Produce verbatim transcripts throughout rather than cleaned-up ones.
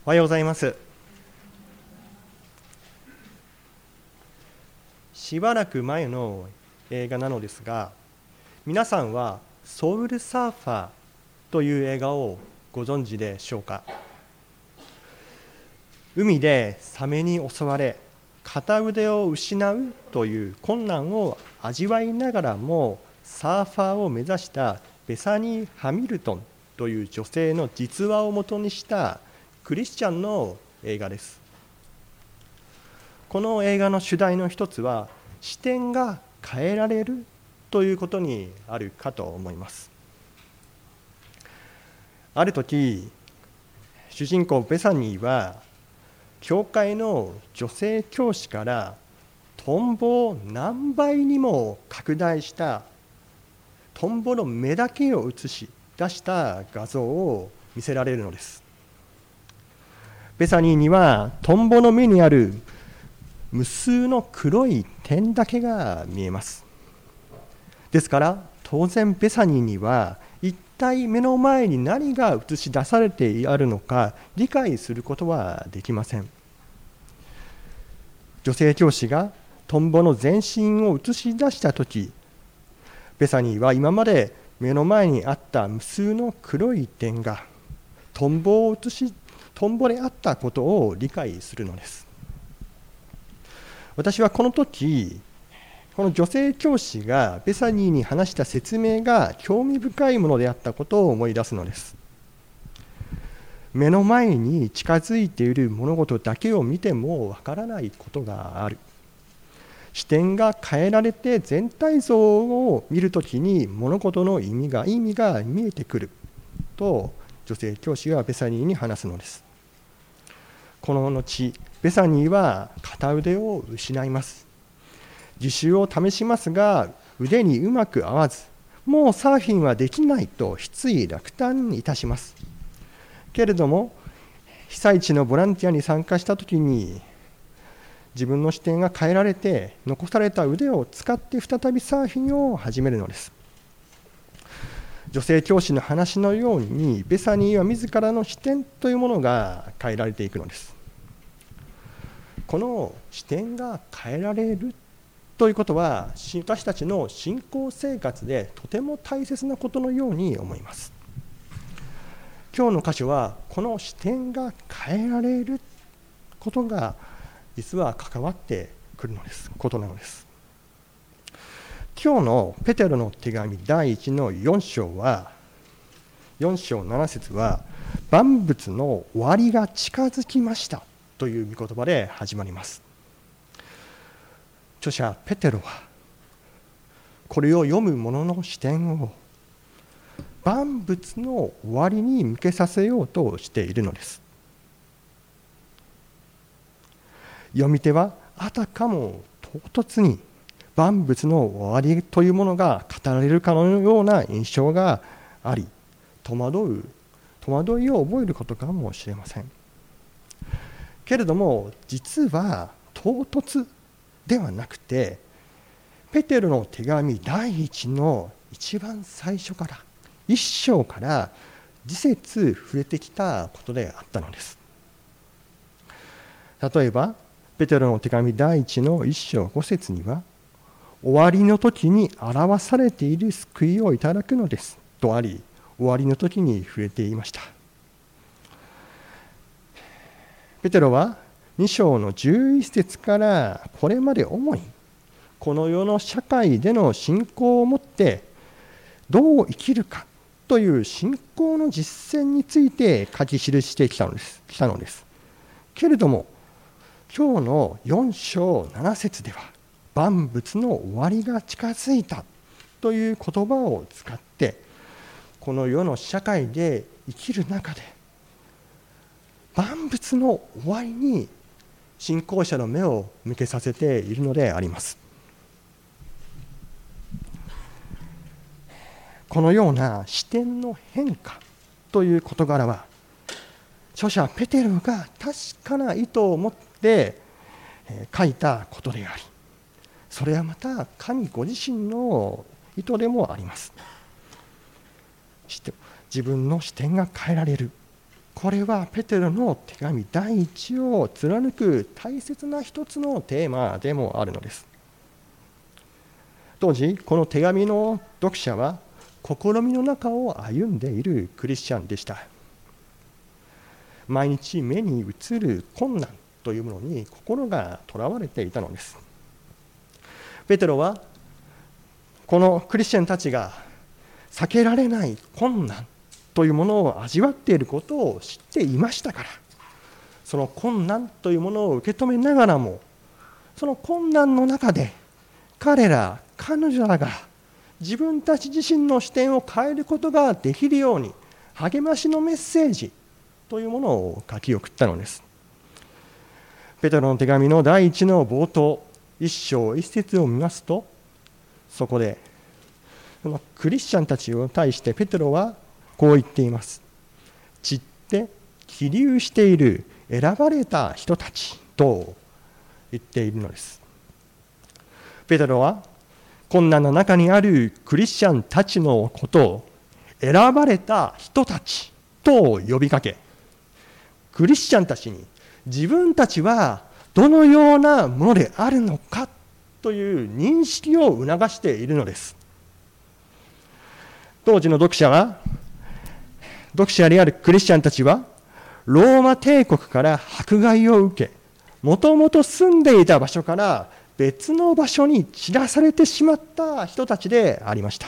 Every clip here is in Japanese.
おはようございます。しばらく前の映画なのですが、皆さんはソウルサーファーという映画をご存知でしょうか。海でサメに襲われ、片腕を失うという困難を味わいながらもサーファーを目指したベサニー・ハミルトンという女性の実話をもとにしたクリスチャンの映画です。この映画の主題の一つは視点が変えられるということにあるかと思います。ある時、主人公ベサニーは教会の女性教師からトンボを何倍にも拡大したトンボの目だけを映し出した画像を見せられるのです。ベサニーにはトンボの目にある無数の黒い点だけが見えます。ですから当然ベサニーには一体目の前に何が映し出されてあるのか理解することはできません。女性教師がトンボの全身を映し出したとき、ベサニーは今まで目の前にあった無数の黒い点がトンボを映しトンボであったことを理解するのです。私はこの時、この女性教師がベサニーに話した説明が興味深いものであったことを思い出すのです。目の前に近づいている物事だけを見てもわからないことがある。視点が変えられて全体像を見るときに物事の意味が意味が見えてくると女性教師はベサニーに話すのです。この後、ベサニーは片腕を失います。自首を試しますが腕にうまく合わず、もうサーフィンはできないと失意落胆いたします。けれども被災地のボランティアに参加したときに自分の視点が変えられて残された腕を使って再びサーフィンを始めるのです。女性教師の話のようにベサニーは自らの視点というものが変えられていくのです。この視点が変えられるということは私たちの信仰生活でとても大切なことのように思います。今日の箇所はこの視点が変えられることが実は関わってくるのですことなのです。今日のペテロの手紙第一のよん章はよん章なな節は万物の終わりが近づきましたという御言葉で始まります。著者ペテロはこれを読む者の視点を万物の終わりに向けさせようとしているのです。読み手はあたかも唐突に万物の終わりというものが語られるかのような印象があり、戸惑う戸惑いを覚えることかもしれません。けれども実は唐突ではなくて、ペテロの手紙第一の一番最初から一章から次節触れてきたことであったのです。例えばペテロの手紙第一の一章五節には、終わりの時に表されている救いをいただくのですとあり、終わりの時に触れていました。ペテロはに章のじゅういち節からこれまで主にこの世の社会での信仰をもってどう生きるかという信仰の実践について書き記してきたのです。きたのです。けれども今日のよん章なな節では万物の終わりが近づいたという言葉を使ってこの世の社会で生きる中で万物の終わりに信仰者の目を向けさせているのであります。このような視点の変化という事柄は著者ペテロが確かな意図を持って書いたことであり、それはまた神ご自身の意図でもあります。自分の視点が変えられるこれはペテロの手紙第一を貫く大切な一つのテーマでもあるのです。当時この手紙の読者は試みの中を歩んでいるクリスチャンでした。毎日目に映る困難というものに心がとらわれていたのです。ペテロはこのクリスチャンたちが避けられない困難というものを味わっていることを知っていましたから、その困難というものを受け止めながらも、その困難の中で彼ら彼女らが自分たち自身の視点を変えることができるように励ましのメッセージというものを書き送ったのです。ペテロの手紙の第一の冒頭一章一節を見ますと、そこでそのクリスチャンたちを対してペテロはこう言っています。散って起立している選ばれた人たちと言っているのです。ペテロは困難の中にあるクリスチャンたちのことを選ばれた人たちと呼びかけ、クリスチャンたちに自分たちはどのようなものであるのかという認識を促しているのです。当時の読者は読者であるクリスチャンたちはローマ帝国から迫害を受け、もともと住んでいた場所から別の場所に散らされてしまった人たちでありました。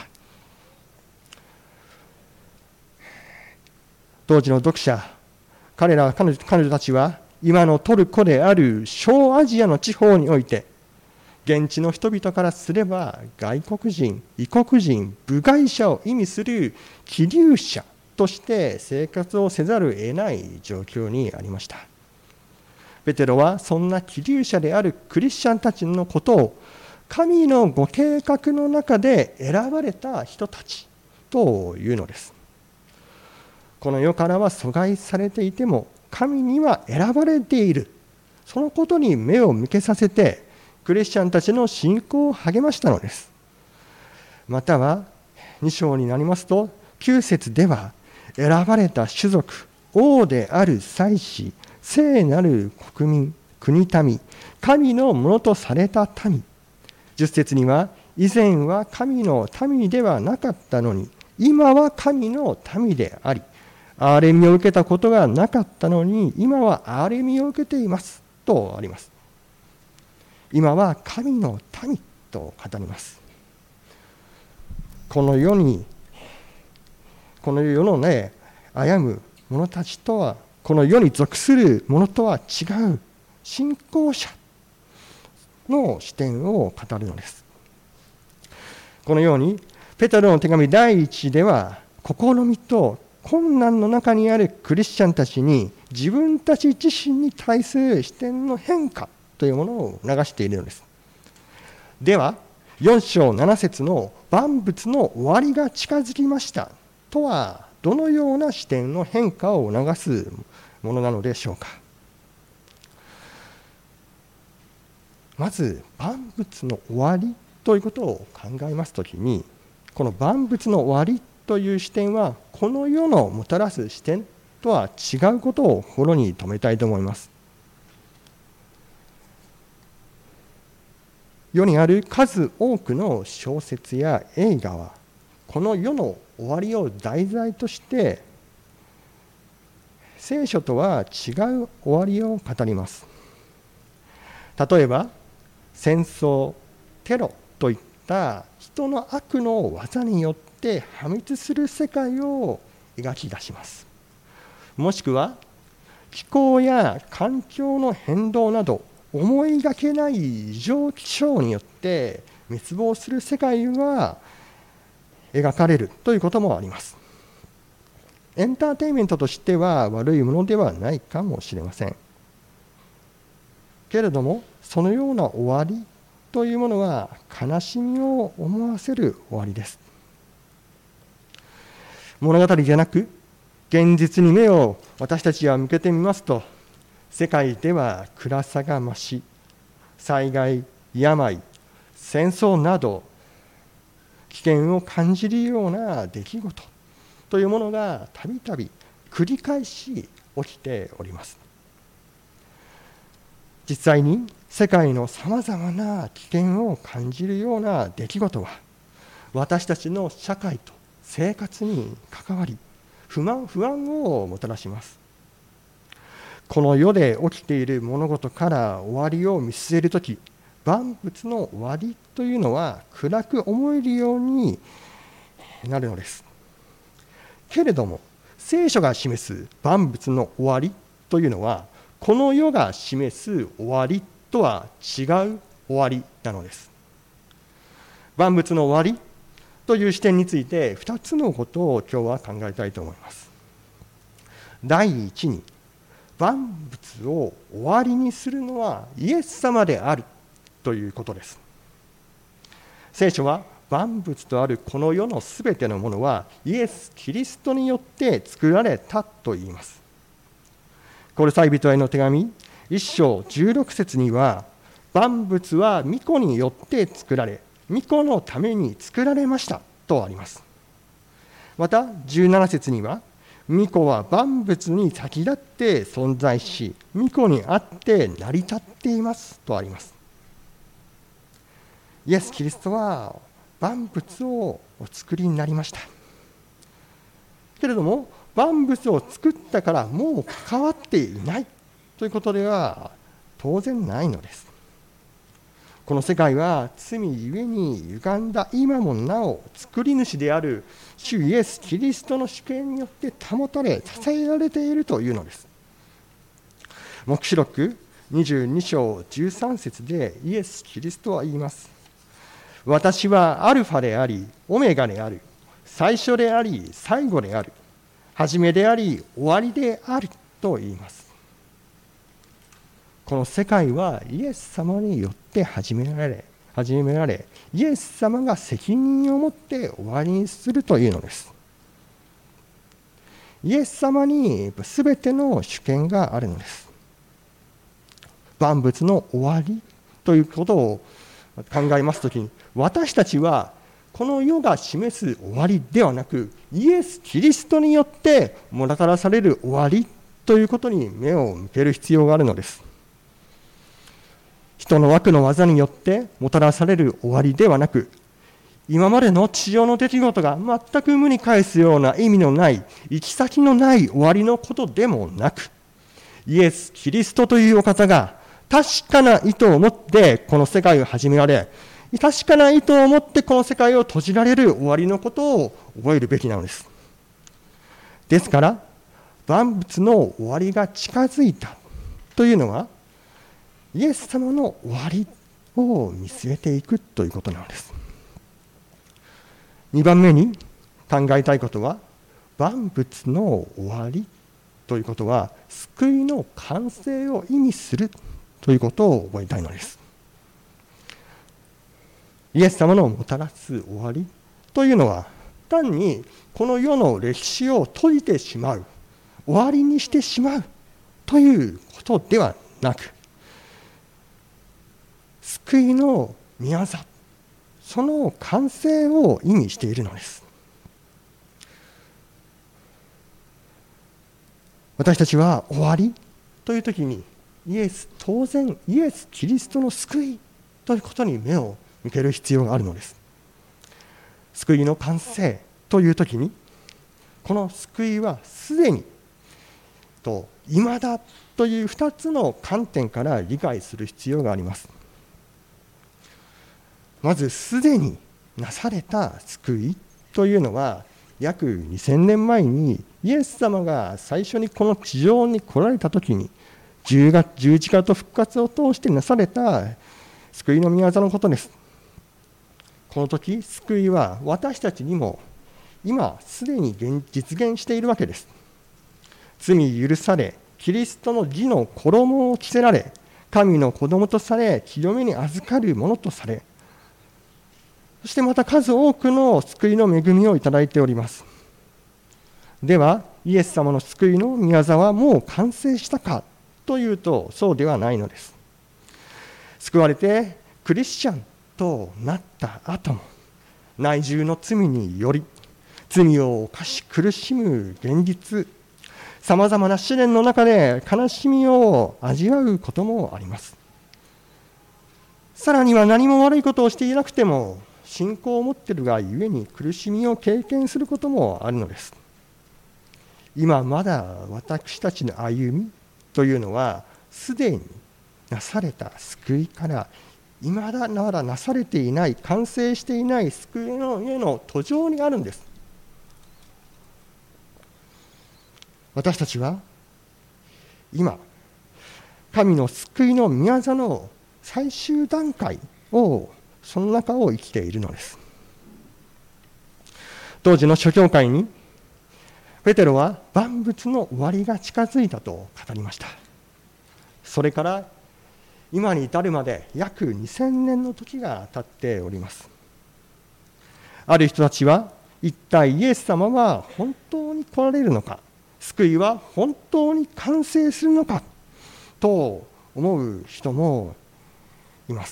当時の読者、彼ら彼女、彼女たちは今のトルコである小アジアの地方において、現地の人々からすれば外国人、異国人、部外者を意味する寄留者として生活をせざるを得ない状況にありました。ペテロはそんな寄留者であるクリスチャンたちのことを神のご計画の中で選ばれた人たちというのです。この世からは阻害されていても神には選ばれている、そのことに目を向けさせてクリスチャンたちの信仰を励ましたのです。またはに章になりますときゅう節では、選ばれた種族、王である祭司、聖なる国民、国民、神のものとされた民。じゅっ節には、以前は神の民ではなかったのに、今は神の民であり、憐れみを受けたことがなかったのに、今は憐れみを受けていますとあります。今は神の民と語ります。この世にこの世のね、歩む者たちとは、この世に属する者とは違う信仰者の視点を語るのです。このようにペテロの手紙第一では、試みと困難の中にあるクリスチャンたちに自分たち自身に対する視点の変化というものを促しているのです。ではよん章なな節の万物の終わりが近づきましたとはどのような視点の変化を促すものなのでしょうか。まず万物の終わりということを考えますときに、この万物の終わりという視点はこの世のもたらす視点とは違うことを心に留めたいと思います。世にある数多くの小説や映画はこの世の終わりを題材として聖書とは違う終わりを語ります。例えば戦争、テロといった人の悪の技によって破滅する世界を描き出します。もしくは気候や環境の変動など思いがけない異常気象によって滅亡する世界は描かれるということもあります。エンターテインメントとしては悪いものではないかもしれませんけれども、そのような終わりというものは悲しみを思わせる終わりです。物語じゃなく現実に目を私たちは向けてみますと、世界では暗さが増し、災害、病、戦争など危険を感じるような出来事というものがたびたび繰り返し起きております。実際に世界のさまざまな危険を感じるような出来事は、私たちの社会と生活に関わり、不満不安をもたらします。この世で起きている物事から終わりを見据えるとき、万物の終わりというのは暗く思えるようになるのです。けれども、聖書が示す万物の終わりというのは、この世が示す終わりとは違う終わりなのです。万物の終わりという視点についてふたつのことを今日は考えたいと思います。第一に、万物を終わりにするのはイエス様であるということです。聖書は万物とあるこの世のすべてのものはイエス・キリストによって作られたと言います。コロサイ人への手紙いっ章じゅうろく節には、万物は御子によって作られ、御子のために作られましたとあります。またじゅうなな節には、御子は万物に先立って存在し、御子にあって成り立っていますとあります。イエス・キリストは万物をお作りになりました。けれども、万物を作ったからもう関わっていないということでは当然ないのです。この世界は罪ゆえに歪んだ今もなお作り主である主イエス・キリストの主権によって保たれ支えられているというのです。黙示録にじゅうに章じゅうさん節でイエス・キリストは言います。私はアルファでありオメガである、最初であり最後である、初めであり終わりであると言います。この世界はイエス様によって始められ、始められ、イエス様が責任を持って終わりにするというのです。イエス様にすべての主権があるのです。万物の終わりということを考えますときに、私たちはこの世が示す終わりではなく、イエス・キリストによってもたらされる終わりということに目を向ける必要があるのです。人の悪の技によってもたらされる終わりではなく、今までの地上の出来事が全く無に返すような意味のない、行き先のない終わりのことでもなく、イエス・キリストというお方が確かな意図を持ってこの世界を始められ、確かな意図を持ってこの世界を閉じられる終わりのことを覚えるべきなのです。ですから、万物の終わりが近づいたというのは、イエス様の終わりを見据えていくということなのです。にばんめに考えたいことは、万物の終わりということは、救いの完成を意味するということを覚えたいのです。イエス様のもたらす終わりというのは、単にこの世の歴史を閉じてしまう、終わりにしてしまうということではなく、救いの御業、その完成を意味しているのです。私たちは終わりというときに、イエス、当然イエス・キリストの救いということに目を向ける必要があるのです。救いの完成というときに、この救いはすでにと未だというふたつの観点から理解する必要があります。まず、すでになされた救いというのは、約にせんねんまえにイエス様が最初にこの地上に来られたときに、十字架と復活を通してなされた救いの御業のことです。この時、救いは私たちにも今すでに実現しているわけです。罪許され、キリストの義の衣を着せられ、神の子供とされ、清めに預かるものとされ、そしてまた数多くの救いの恵みをいただいております。では、イエス様の救いの御業はもう完成したかというと、そうではないのです。救われてクリスチャンとなった後も、内住の罪により罪を犯し苦しむ現実、 さまざまな試練の中で悲しみを味わうこともあります。さらには何も悪いことをしていなくても信仰を持っているがゆえに苦しみを経験することもあるのです。今まだ私たちの歩みというのはすでになされた救いからいまだならなされていない完成していない救いの上の途上にあるんです。私たちは今神の救いの御業の最終段階をその中を生きているのです。当時の諸教会にペテロは万物の終わりが近づいたと語りました。それから今に至るまで約にせんねんの時が経っております。ある人たちは一体イエス様は本当に来られるのか、救いは本当に完成するのかと思う人もいます。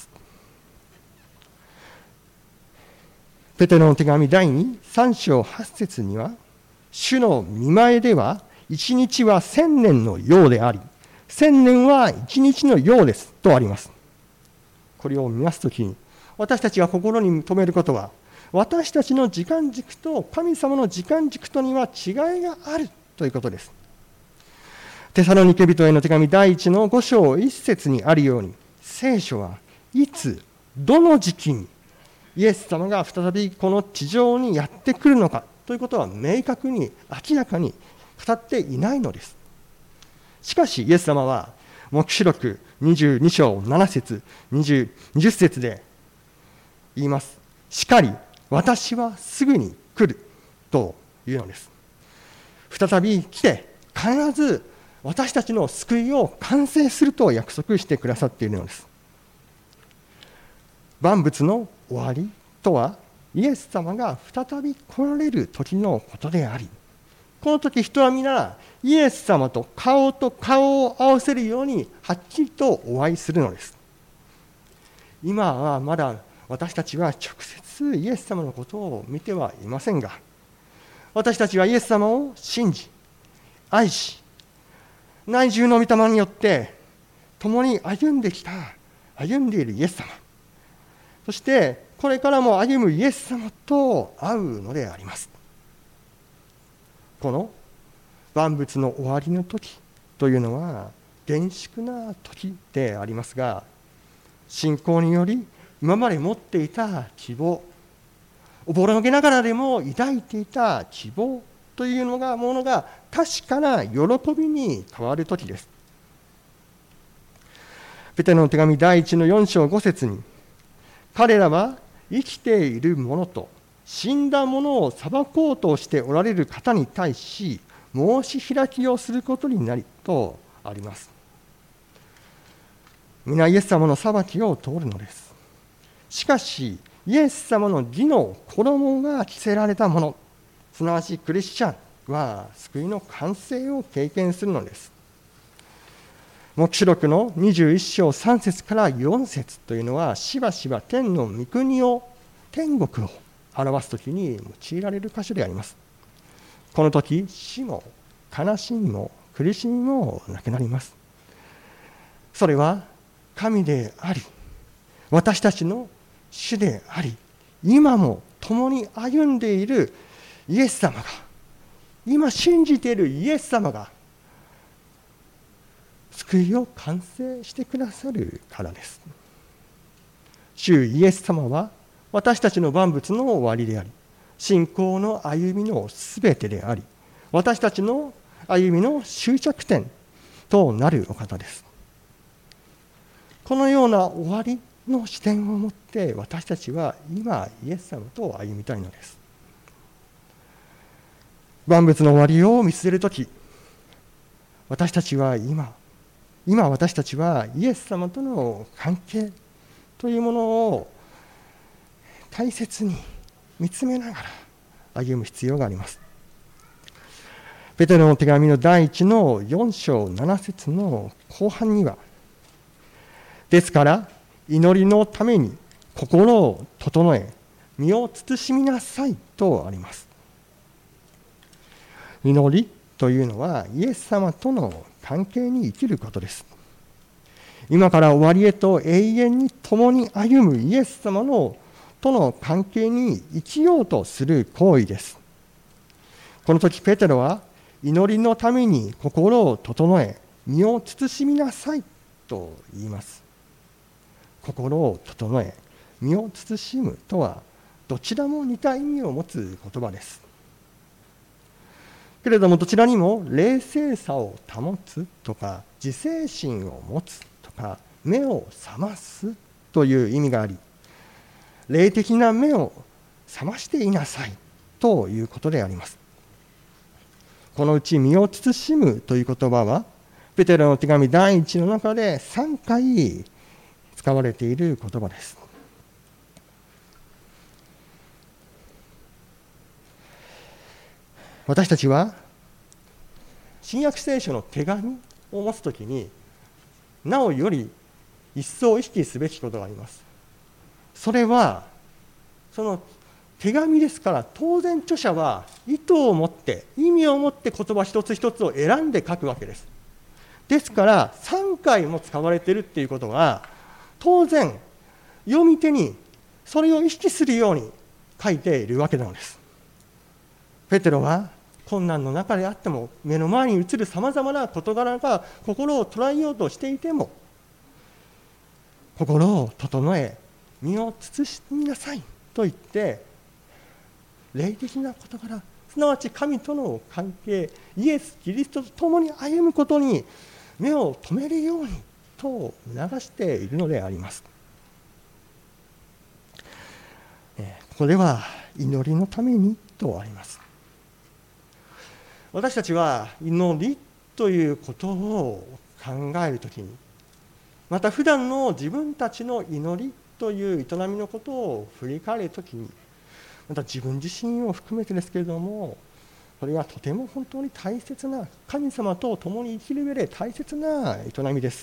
ペテロの手紙だいにさん章はち節には、主の御前では一日は千年のようであり、千年は一日のようですとあります。これを見ますときに私たちが心に留めることは、私たちの時間軸と神様の時間軸とには違いがあるということです。テサロニケ人への手紙だいいちのご章いち節にあるように、聖書はいつどの時期にイエス様が再びこの地上にやってくるのかということは明確に明らかに語っていないのです。しかしイエス様は黙示録にじゅうに章なな節にじゅう、にじゅう節で言います。しかり私はすぐに来るというのです。再び来て必ず私たちの救いを完成すると約束してくださっているのです。万物の終わりとはイエス様が再び来られる時のことであり、この時人は皆イエス様と顔と顔を合わせるようにはっきりとお会いするのです。今はまだ私たちは直接イエス様のことを見てはいませんが、私たちはイエス様を信じ愛し、内住の御霊によって共に歩んできた歩んでいるイエス様、そしてこれからも歩むイエス様と会うのであります。この万物の終わりの時というのは厳粛な時でありますが、信仰により今まで持っていた希望、おぼろげながらでも抱いていた希望というのがものが確かな喜びに変わる時です。ペテロの手紙だいいちのよん章ご節に、彼らは生きている者と死んだ者を裁こうとしておられる方に対し申し開きをすることになりとあります。皆イエス様の裁きを通るのです。しかしイエス様の義の衣が着せられた者、すなわちクリスチャンは救いの完成を経験するのです。黙示録のにじゅういっ章さん節からよん節というのは、しばしば天の御国を、天国を表すときに用いられる箇所であります。この時、死も悲しみも苦しみもなくなります。それは神であり、私たちの主であり、今も共に歩んでいるイエス様が、今信じているイエス様が救いを完成してくださるからです。主イエス様は私たちの万物の終わりであり、信仰の歩みのすべてであり、私たちの歩みの終着点となるお方です。このような終わりの視点を持って私たちは今イエス様と歩みたいのです。万物の終わりを見据えるとき、私たちは今今私たちはイエス様との関係というものを大切に見つめながら歩む必要があります。ペテロの手紙のだいいちのよん章なな節の後半には、ですから祈りのために心を整え身を慎みなさいとあります。祈りというのはイエス様との関係に生きることです。今から終わりへと永遠に共に歩むイエス様のとの関係に生きようとする行為です。この時ペテロは祈りのために心を整え身を慎みなさいと言います。心を整え身を慎むとはどちらも似た意味を持つ言葉です。けれどもどちらにも冷静さを保つとか自制心を持つとか目を覚ますという意味があり、霊的な目を覚ましていなさいということであります。このうち身を慎むという言葉はペテロの手紙だいいちの中でさんかい使われている言葉です。私たちは新約聖書の手紙を持つときになおより一層意識すべきことがあります。それはその手紙ですから、当然著者は意図を持って意味を持って言葉一つ一つを選んで書くわけです。ですからさんかいも使われているっていうことは当然読み手にそれを意識するように書いているわけなのです。ペテロは困難の中であっても目の前に映るさまざまな事柄が心を捉えようとしていても心を整え身を慎みなさいと言って霊的な事柄、すなわち神との関係、イエス・キリストと共に歩むことに目を留めるようにと促しているのであります。ここでは祈りのためにとあります。私たちは祈りということを考えるときに、また普段の自分たちの祈りという営みのことを振り返るときに、また自分自身を含めてですけれども、これはとても本当に大切な、神様と共に生きる上で大切な営みです。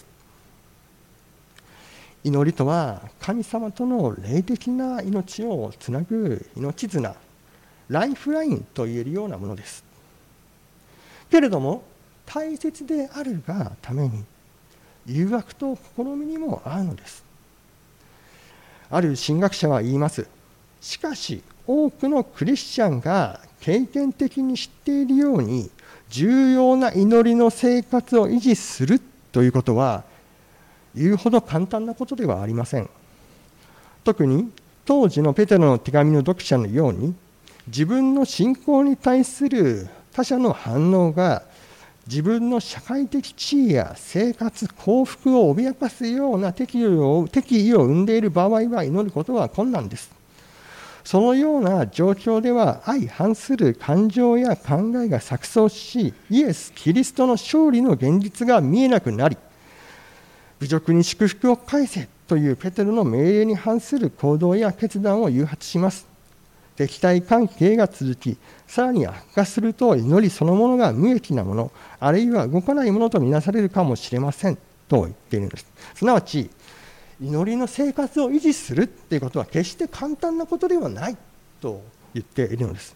祈りとは神様との霊的な命をつなぐ命綱、ライフラインといえるようなものです。けれども大切であるがために誘惑と試みにも合うのです。ある神学者は言います。しかし多くのクリスチャンが経験的に知っているように重要な祈りの生活を維持するということは言うほど簡単なことではありません。特に当時のペテロの手紙の読者のように自分の信仰に対する他者の反応が自分の社会的地位や生活幸福を脅かすような敵意を、敵意を生んでいる場合は祈ることは困難です。そのような状況では相反する感情や考えが錯綜し、イエス・キリストの勝利の現実が見えなくなり、侮辱に祝福を返せというペテロの命令に反する行動や決断を誘発します。敵対関係が続き、さらに悪化すると祈りそのものが無益なもの、あるいは動かないものとみなされるかもしれませんと言っているのです。すなわち、祈りの生活を維持するということは決して簡単なことではないと言っているのです。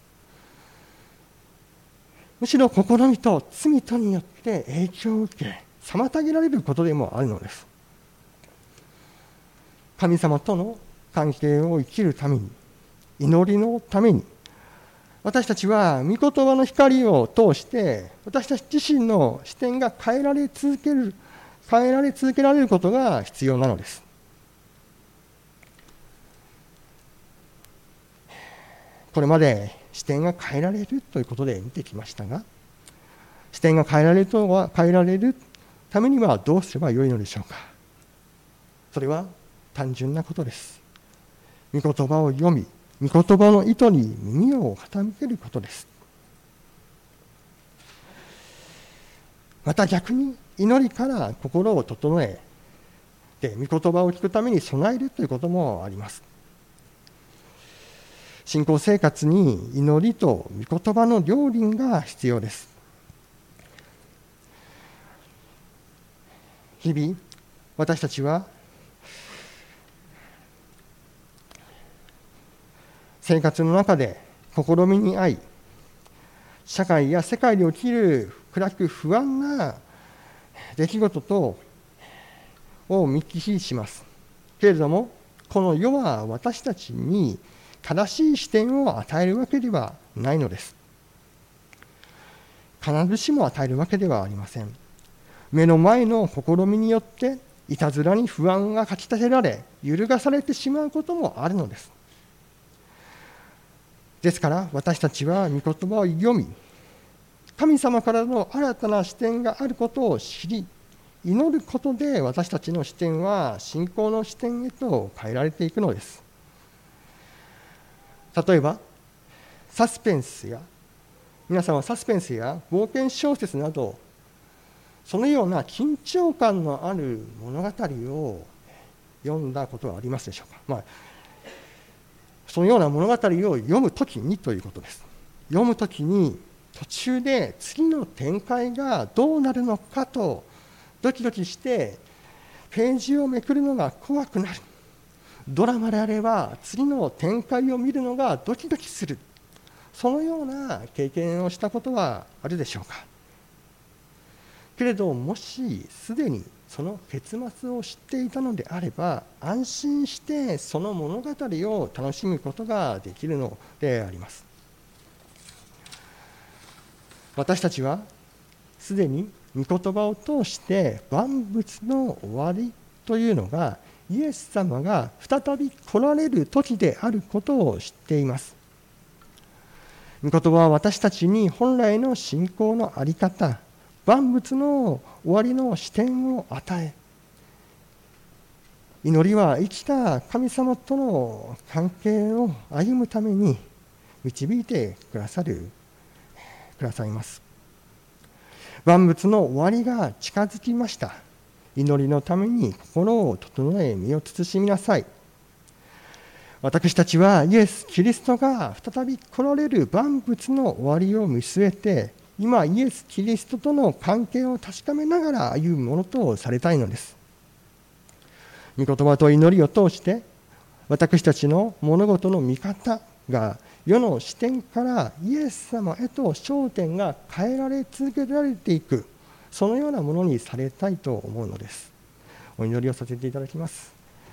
むしろ試みと罪とによって影響を受け、妨げられることでもあるのです。神様との関係を生きるために、祈りのために、私たちは御言葉の光を通して私たち自身の視点が変えられ続ける、変えられ続けられることが必要なのです。これまで視点が変えられるということで見てきましたが、視点が変えられるとは変えられるためにはどうすればよいのでしょうか。それは単純なことです。御言葉を読み、御言葉の意図に耳を傾けることです。また逆に祈りから心を整えで御言葉を聞くために備えるということもあります。信仰生活に祈りと御言葉の両輪が必要です。日々私たちは生活の中で試みに遭い、 社会や世界で起きる暗く不安な出来事とを見聞きします。けれども、この世は私たちに正しい視点を与えるわけではないのです。必ずしも与えるわけではありません。目の前の試みによっていたずらに不安がかきたてられ、揺るがされてしまうこともあるのです。ですから私たちは御言葉を読み、神様からの新たな視点があることを知り、祈ることで私たちの視点は信仰の視点へと変えられていくのです。例えばサスペンスや皆さんはサスペンスや冒険小説などそのような緊張感のある物語を読んだことはありますでしょうか。まあ、そのような物語を読むときにということです。読むときに途中で次の展開がどうなるのかとドキドキしてページをめくるのが怖くなる。ドラマであれば次の展開を見るのがドキドキする。そのような経験をしたことはあるでしょうか。けれどもしすでにその結末を知っていたのであれば安心してその物語を楽しむことができるのであります。私たちはすでに御言葉を通して万物の終わりというのがイエス様が再び来られる時であることを知っています。御言葉は私たちに本来の信仰の在り方、万物の終わりの視点を与え、祈りは生きた神様との関係を歩むために導いてくださる、くださいます。万物の終わりが近づきました。祈りのために心を整え身を慎みなさい。私たちはイエス・キリストが再び来られる万物の終わりを見据えて、今イエス・キリストとの関係を確かめながら歩むものとされたいのです。御言葉と祈りを通して私たちの物事の見方が世の視点からイエス様へと焦点が変えられ続けられていく、そのようなものにされたいと思うのです。お祈りをさせていただきます。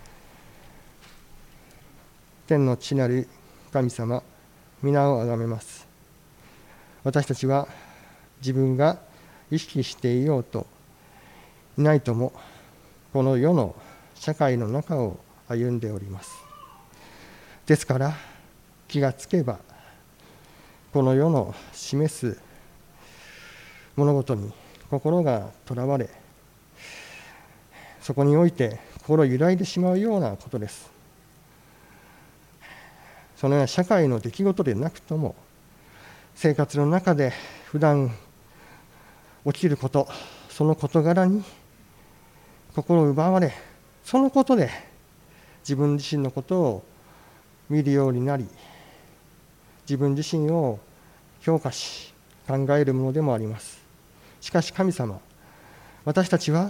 天の父なる神様、皆をあがめます。私たちは自分が意識していようといないともこの世の社会の中を歩んでおります。ですから気がつけばこの世の示す物事に心がとらわれ、そこにおいて心揺らいでしまうようなことです。そのような社会の出来事でなくとも生活の中で普段起きること、その事柄に心を奪われ、そのことで自分自身のことを見るようになり、自分自身を評価し考えるものでもあります。しかし神様、私たちは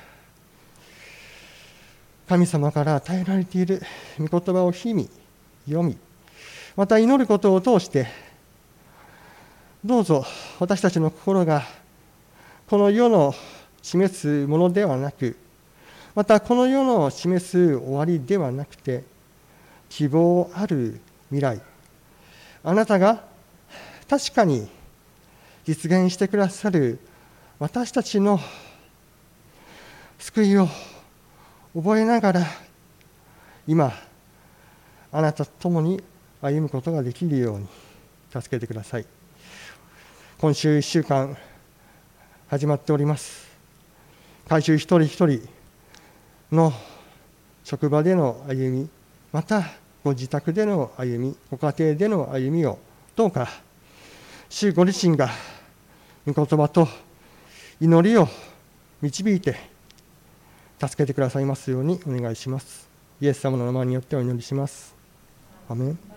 神様から与えられている御言葉を日々読み、また祈ることを通してどうぞ私たちの心がこの世の示すものではなく、またこの世の示す終わりではなくて、希望ある未来、あなたが確かに実現してくださる私たちの救いを覚えながら、今あなたと共に歩むことができるように助けてください。今週いっしゅうかん始まっております。会衆一人一人の職場での歩み、またご自宅での歩み、ご家庭での歩みをどうか主ご自身が御言葉と祈りを導いて助けてくださいますようにお願いします。イエス様の名前によってお祈りします。アメン。